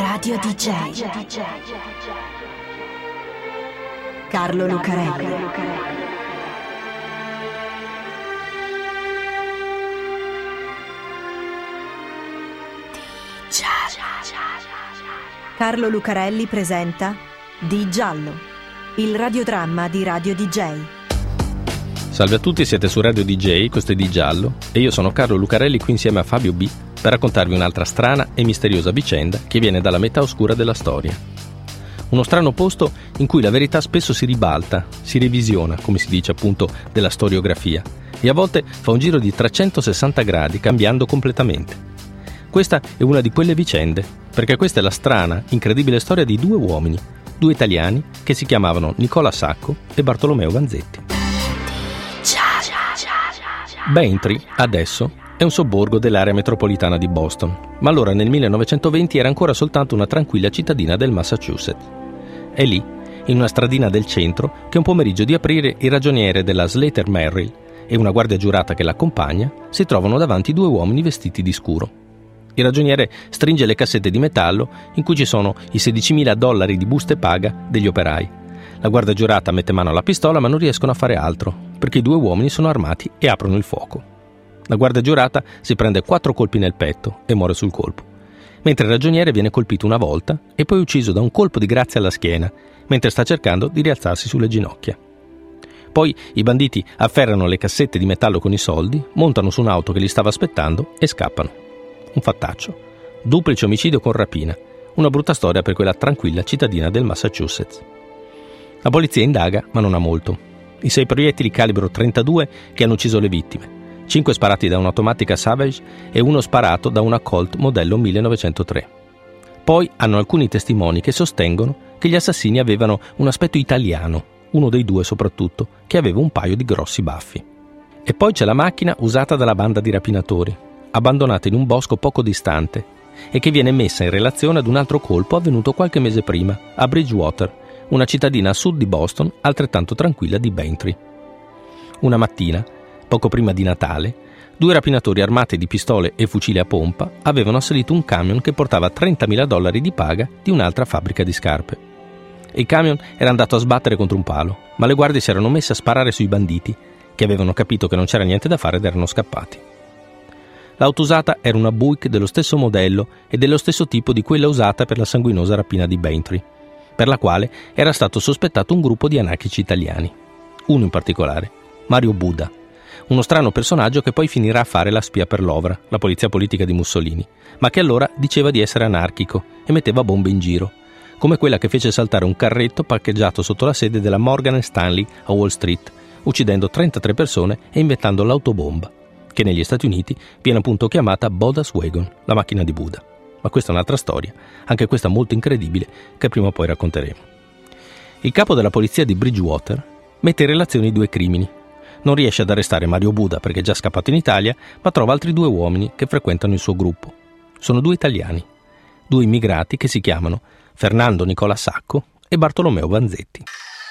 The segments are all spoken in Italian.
Radio DJ. Carlo Lucarelli. Carlo Lucarelli presenta Di Giallo, il radiodramma di Radio DJ. Salve a tutti, siete su Radio DJ, questo è Di Giallo e io sono Carlo Lucarelli qui insieme a Fabio B per raccontarvi un'altra strana e misteriosa vicenda che viene dalla metà oscura della storia. Uno strano posto in cui la verità spesso si ribalta, si revisiona, come si dice appunto della storiografia, e a volte fa un giro di 360 gradi cambiando completamente. Questa è una di quelle vicende, perché questa è la strana, incredibile storia di due uomini, due italiani che si chiamavano Nicola Sacco e Bartolomeo Vanzetti. Braintree, adesso, è un sobborgo dell'area metropolitana di Boston, ma allora nel 1920 era ancora soltanto una tranquilla cittadina del Massachusetts. È lì, in una stradina del centro, che un pomeriggio di aprile il ragioniere della Slater Merrill e una guardia giurata che l'accompagna si trovano davanti due uomini vestiti di scuro. Il ragioniere stringe le cassette di metallo in cui ci sono i $16.000 di buste paga degli operai. La guardia giurata mette mano alla pistola ma non riescono a fare altro, perché i due uomini sono armati e aprono il fuoco. La guardia giurata si prende 4 colpi nel petto e muore sul colpo, mentre il ragioniere viene colpito una volta e poi ucciso da un colpo di grazia alla schiena, mentre sta cercando di rialzarsi sulle ginocchia. Poi i banditi afferrano le cassette di metallo con i soldi, montano su un'auto che li stava aspettando e scappano. Un fattaccio, duplice omicidio con rapina, una brutta storia per quella tranquilla cittadina del Massachusetts. La polizia indaga, ma non ha molto. I 6 proiettili calibro 32 che hanno ucciso le vittime, 5 sparati da un'automatica Savage e 1 sparato da una Colt modello 1903. Poi hanno alcuni testimoni che sostengono che gli assassini avevano un aspetto italiano, uno dei due soprattutto, che aveva un paio di grossi baffi. E poi c'è la macchina usata dalla banda di rapinatori, abbandonata in un bosco poco distante e che viene messa in relazione ad un altro colpo avvenuto qualche mese prima a Bridgewater, una cittadina a sud di Boston altrettanto tranquilla di Braintree. Una mattina, poco prima di Natale, 2 rapinatori armati di pistole e fucili a pompa avevano assalito un camion che portava $30.000 di paga di un'altra fabbrica di scarpe. Il camion era andato a sbattere contro un palo, ma le guardie si erano messe a sparare sui banditi, che avevano capito che non c'era niente da fare ed erano scappati. L'auto usata era una Buick dello stesso modello e dello stesso tipo di quella usata per la sanguinosa rapina di Braintree, per la quale era stato sospettato un gruppo di anarchici italiani. Uno in particolare, Mario Buda, uno strano personaggio che poi finirà a fare la spia per l'Ovra, la polizia politica di Mussolini, ma che allora diceva di essere anarchico e metteva bombe in giro, come quella che fece saltare un carretto parcheggiato sotto la sede della Morgan & Stanley a Wall Street, uccidendo 33 persone e inventando l'autobomba, che negli Stati Uniti viene appunto chiamata Buda's Wagon, la macchina di Buda. Ma questa è un'altra storia, anche questa molto incredibile, che prima o poi racconteremo. Il capo della polizia di Bridgewater mette in relazione i 2 crimini. Non riesce ad arrestare Mario Buda perché è già scappato in Italia, ma trova altri 2 uomini che frequentano il suo gruppo. Sono 2 italiani, 2 immigrati che si chiamano Fernando Nicola Sacco e Bartolomeo Vanzetti.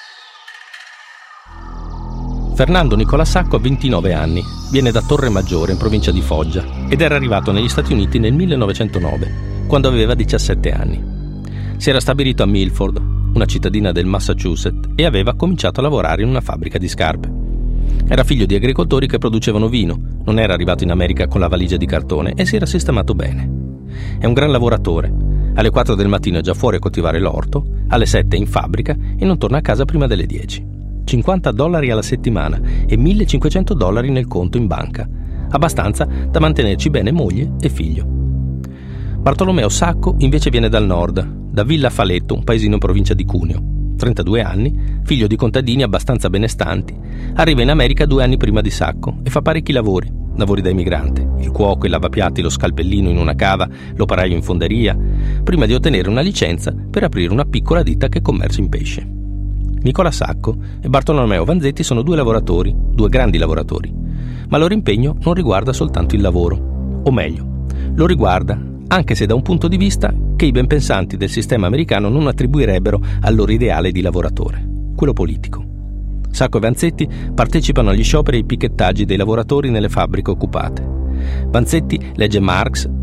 Fernando Nicola Sacco ha 29 anni, viene da Torre Maggiore in provincia di Foggia ed era arrivato negli Stati Uniti nel 1909, quando aveva 17 anni. Si era stabilito a Milford, una cittadina del Massachusetts, e aveva cominciato a lavorare in una fabbrica di scarpe. Era figlio di agricoltori che producevano vino, non era arrivato in America con la valigia di cartone e si era sistemato bene. È un gran lavoratore. Alle 4 del mattino è già fuori a coltivare l'orto, alle 7 è in fabbrica e non torna a casa prima delle 10. $50 alla settimana e $1.500 nel conto in banca, abbastanza da mantenerci bene moglie e figlio. Bartolomeo Sacco invece viene dal nord, da Villa Faletto, un paesino in provincia di Cuneo. 32 anni, figlio di contadini abbastanza benestanti, arriva in America 2 anni prima di Sacco e fa parecchi lavori da emigrante, il cuoco, il lavapiatti, lo scalpellino in una cava, l'operaio in fonderia, prima di ottenere una licenza per aprire una piccola ditta che commercia in pesce. Nicola Sacco e Bartolomeo Vanzetti sono 2 lavoratori, 2 grandi lavoratori, ma il loro impegno non riguarda soltanto il lavoro, o meglio, lo riguarda anche se da un punto di vista che i benpensanti del sistema americano non attribuirebbero al loro ideale di lavoratore, quello politico. Sacco e Vanzetti partecipano agli scioperi e ai picchettaggi dei lavoratori nelle fabbriche occupate. Vanzetti legge Marx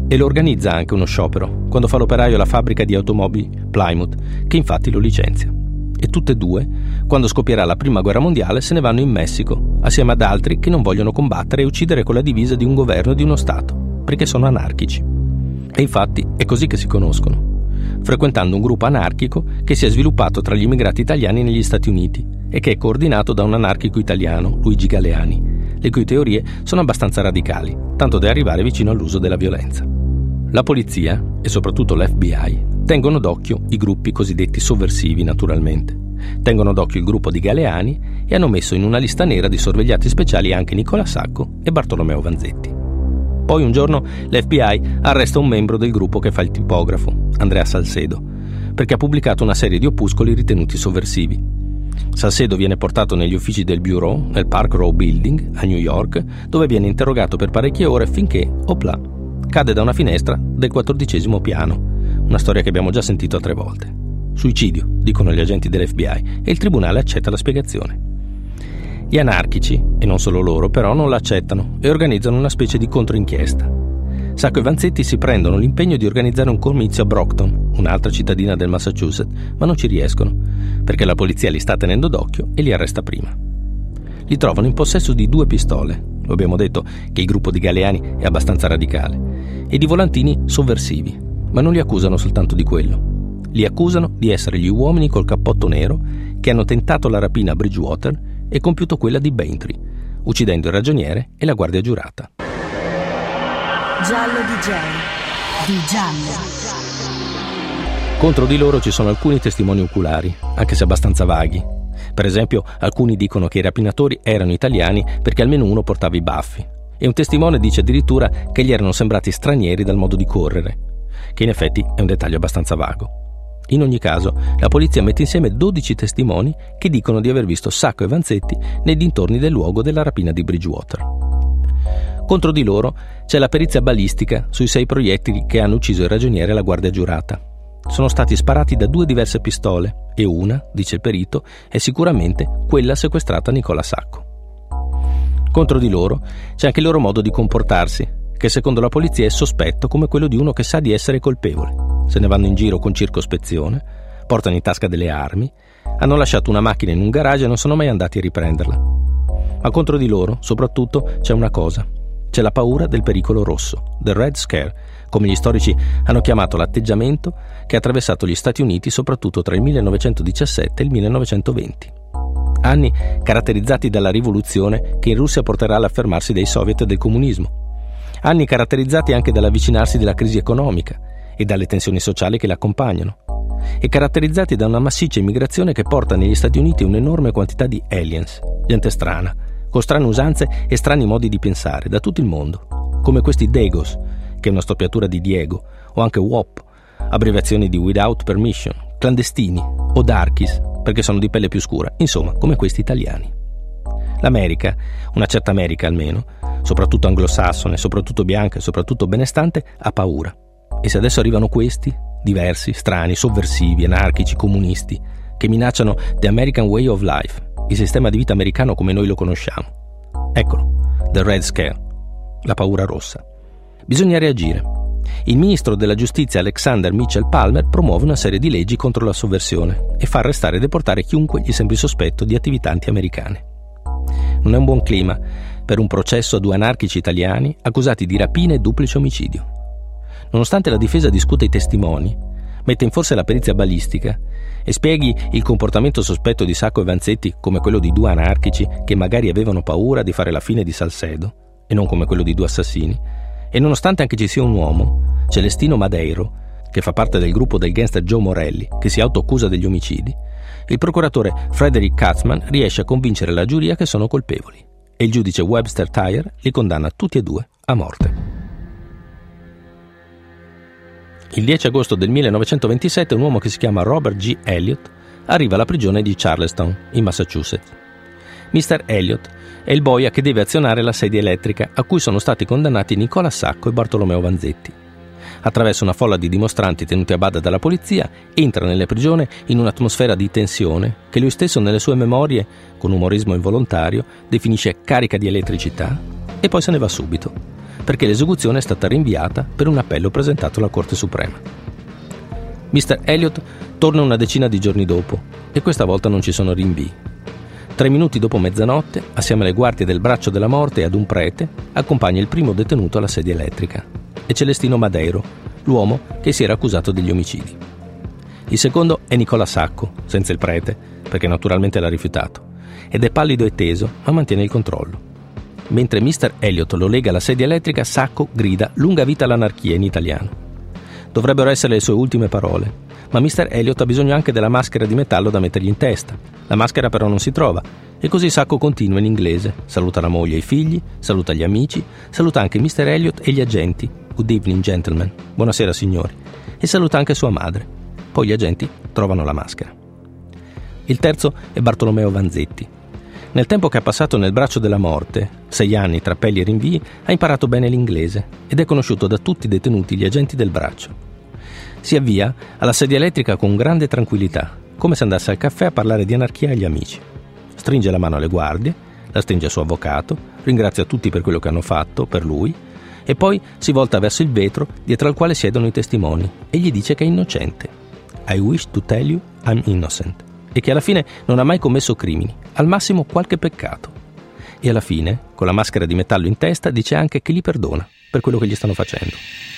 e lo organizza anche uno sciopero quando fa l'operaio alla fabbrica di automobili Plymouth, che infatti lo licenzia. E tutte e due, quando scoppierà la prima guerra mondiale, se ne vanno in Messico, assieme ad altri che non vogliono combattere e uccidere con la divisa di un governo e di uno Stato, perché sono anarchici. E infatti è così che si conoscono, frequentando un gruppo anarchico che si è sviluppato tra gli immigrati italiani negli Stati Uniti e che è coordinato da un anarchico italiano, Luigi Galeani, le cui teorie sono abbastanza radicali, tanto da arrivare vicino all'uso della violenza. La polizia, e soprattutto l'FBI, tengono d'occhio i gruppi cosiddetti sovversivi, naturalmente. Tengono d'occhio il gruppo di Galeani e hanno messo in una lista nera di sorvegliati speciali anche Nicola Sacco e Bartolomeo Vanzetti. Poi un giorno l'FBI arresta un membro del gruppo che fa il tipografo, Andrea Salcedo, perché ha pubblicato una serie di opuscoli ritenuti sovversivi. Salcedo viene portato negli uffici del Bureau, nel Park Row Building, a New York, dove viene interrogato per parecchie ore finché, opla, cade da una finestra del 14° piano. Una storia che abbiamo già sentito 3 volte. Suicidio, dicono gli agenti dell'FBI, e il tribunale accetta la spiegazione. Gli anarchici, e non solo loro, però non l'accettano e organizzano una specie di controinchiesta. Sacco e Vanzetti si prendono l'impegno di organizzare un comizio a Brockton, un'altra cittadina del Massachusetts, ma non ci riescono, perché la polizia li sta tenendo d'occhio e li arresta prima. Li trovano in possesso di 2 pistole, lo abbiamo detto che il gruppo di Galeani è abbastanza radicale, e di volantini sovversivi, ma non li accusano soltanto di quello. Li accusano di essere gli uomini col cappotto nero che hanno tentato la rapina a Bridgewater e compiuto quella di Braintree, uccidendo il ragioniere e la guardia giurata. Giallo DJ di Giallo. Contro di loro ci sono alcuni testimoni oculari, anche se abbastanza vaghi. Per esempio, alcuni dicono che i rapinatori erano italiani perché almeno uno portava i baffi, e un testimone dice addirittura che gli erano sembrati stranieri dal modo di correre, che in effetti è un dettaglio abbastanza vago. In ogni caso, la polizia mette insieme 12 testimoni che dicono di aver visto Sacco e Vanzetti nei dintorni del luogo della rapina di Bridgewater. Contro di loro c'è la perizia balistica sui 6 proiettili che hanno ucciso il ragioniere e la guardia giurata. Sono stati sparati da 2 diverse pistole e una, dice il perito, è sicuramente quella sequestrata a Nicola Sacco. Contro di loro c'è anche il loro modo di comportarsi, che secondo la polizia è sospetto come quello di uno che sa di essere colpevole. Se ne vanno in giro con circospezione, portano in tasca delle armi, hanno lasciato una macchina in un garage e non sono mai andati a riprenderla. Ma contro di loro, soprattutto, c'è una cosa. C'è la paura del pericolo rosso, the Red Scare, come gli storici hanno chiamato l'atteggiamento che ha attraversato gli Stati Uniti soprattutto tra il 1917 e il 1920. Anni caratterizzati dalla rivoluzione che in Russia porterà all'affermarsi dei soviet e del comunismo. Anni caratterizzati anche dall'avvicinarsi della crisi economica e dalle tensioni sociali che la accompagnano, e caratterizzati da una massiccia immigrazione che porta negli Stati Uniti un'enorme quantità di aliens, gente strana, con strane usanze e strani modi di pensare, da tutto il mondo, come questi Dagos, che è una storpiatura di Diego, o anche WOP, abbreviazioni di Without Permission, clandestini, o Darkies, perché sono di pelle più scura, insomma, come questi italiani. L'America, una certa America almeno, soprattutto anglosassone, soprattutto bianca e soprattutto benestante, ha paura. E se adesso arrivano questi, diversi, strani, sovversivi, anarchici, comunisti, che minacciano the American way of life, il sistema di vita americano come noi lo conosciamo. Eccolo, the Red Scare, la paura rossa. Bisogna reagire. Il ministro della giustizia Alexander Mitchell Palmer promuove una serie di leggi contro la sovversione e fa arrestare e deportare chiunque gli sembri sospetto di attività anti-americane. Non è un buon clima per un processo a 2 anarchici italiani accusati di rapina e duplice omicidio. Nonostante la difesa discuta i testimoni, mette in forse la perizia balistica e spieghi il comportamento sospetto di Sacco e Vanzetti come quello di 2 anarchici che magari avevano paura di fare la fine di Salcedo e non come quello di 2 assassini, e nonostante anche ci sia un uomo, Celestino Madeiro, che fa parte del gruppo del gangster Joe Morelli, che si autoaccusa degli omicidi, il procuratore Frederick Katzman riesce a convincere la giuria che sono colpevoli e il giudice Webster Tyer li condanna tutti e 2 a morte. Il 10 agosto del 1927 un uomo che si chiama Robert G. Elliott arriva alla prigione di Charlestown, in Massachusetts. Mr. Elliott è il boia che deve azionare la sedia elettrica a cui sono stati condannati Nicola Sacco e Bartolomeo Vanzetti. Attraverso una folla di dimostranti tenuti a bada dalla polizia, entra nella prigione in un'atmosfera di tensione che lui stesso nelle sue memorie, con umorismo involontario, definisce carica di elettricità, e poi se ne va subito, perché l'esecuzione è stata rinviata per un appello presentato alla Corte Suprema. Mr. Elliot torna una decina di giorni dopo e questa volta non ci sono rinvii. 3 minuti dopo mezzanotte, assieme alle guardie del braccio della morte e ad un prete, accompagna il primo detenuto alla sedia elettrica. È Celestino Madeiro, l'uomo che si era accusato degli omicidi. Il secondo è Nicola Sacco, senza il prete, perché naturalmente l'ha rifiutato, ed è pallido e teso, ma mantiene il controllo. Mentre Mr. Elliot lo lega alla sedia elettrica, Sacco grida «Lunga vita all'anarchia» in italiano. Dovrebbero essere le sue ultime parole, ma Mr. Elliot ha bisogno anche della maschera di metallo da mettergli in testa. La maschera però non si trova, e così Sacco continua in inglese, saluta la moglie e i figli, saluta gli amici, saluta anche Mr. Elliot e gli agenti. «Good evening, gentlemen», buonasera signori, e saluta anche sua madre. Poi gli agenti trovano la maschera. Il terzo è Bartolomeo Vanzetti. Nel tempo che ha passato nel braccio della morte, 6 anni tra appelli e rinvii, ha imparato bene l'inglese ed è conosciuto da tutti i detenuti gli agenti del braccio. Si avvia alla sedia elettrica con grande tranquillità, come se andasse al caffè a parlare di anarchia agli amici. Stringe la mano alle guardie, la stringe al suo avvocato, ringrazia tutti per quello che hanno fatto per lui e poi si volta verso il vetro dietro al quale siedono i testimoni e gli dice che è innocente. I wish to tell you I'm innocent. E che alla fine non ha mai commesso crimini, al massimo qualche peccato. E alla fine, con la maschera di metallo in testa, dice anche che li perdona per quello che gli stanno facendo.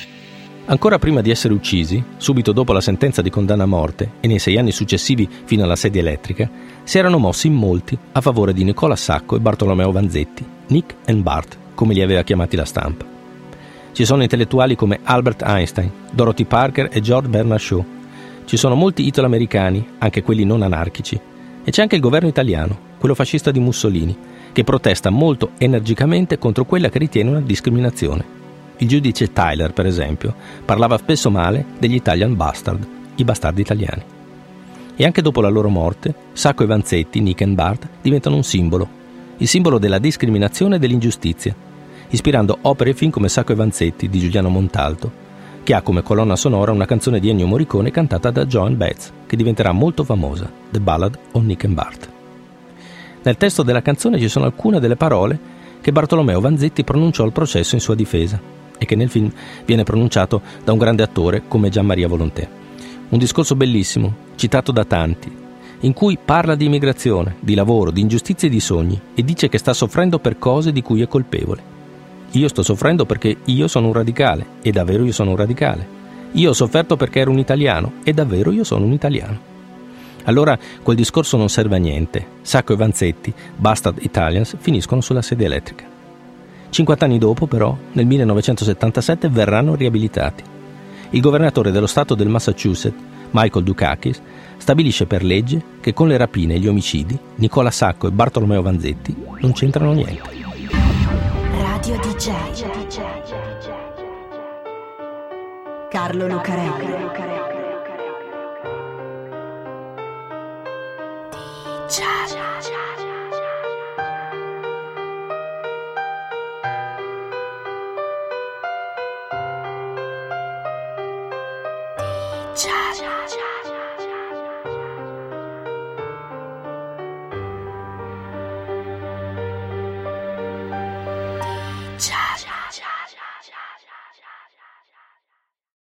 Ancora prima di essere uccisi, subito dopo la sentenza di condanna a morte e nei 6 anni successivi fino alla sedia elettrica, si erano mossi in molti a favore di Nicola Sacco e Bartolomeo Vanzetti, Nick and Bart, come li aveva chiamati la stampa. Ci sono intellettuali come Albert Einstein, Dorothy Parker e George Bernard Shaw. Ci sono molti italo-americani, anche quelli non anarchici, e c'è anche il governo italiano, quello fascista di Mussolini, che protesta molto energicamente contro quella che ritiene una discriminazione. Il giudice Tyler, per esempio, parlava spesso male degli Italian bastard, i bastardi italiani. E anche dopo la loro morte, Sacco e Vanzetti, Nick and Bart, diventano un simbolo, il simbolo della discriminazione e dell'ingiustizia, ispirando opere e film come Sacco e Vanzetti di Giuliano Montalto, che ha come colonna sonora una canzone di Ennio Morricone cantata da Joan Baez, che diventerà molto famosa, The Ballad of Nick and Bart. Nel testo della canzone ci sono alcune delle parole che Bartolomeo Vanzetti pronunciò al processo in sua difesa e che nel film viene pronunciato da un grande attore come Gian Maria Volonté. Un discorso bellissimo, citato da tanti, in cui parla di immigrazione, di lavoro, di ingiustizie e di sogni e dice che sta soffrendo per cose di cui è colpevole. Io sto soffrendo perché io sono un radicale, e davvero io sono un radicale. Io ho sofferto perché ero un italiano, e davvero io sono un italiano. Allora quel discorso non serve a niente. Sacco e Vanzetti, Bastard Italians, finiscono sulla sedia elettrica. 50 anni dopo, però, nel 1977, verranno riabilitati. Il governatore dello stato del Massachusetts, Michael Dukakis, stabilisce per legge che con le rapine e gli omicidi Nicola Sacco e Bartolomeo Vanzetti non c'entrano niente. Radio DJ Carlo Lucarelli. Cha cha cha.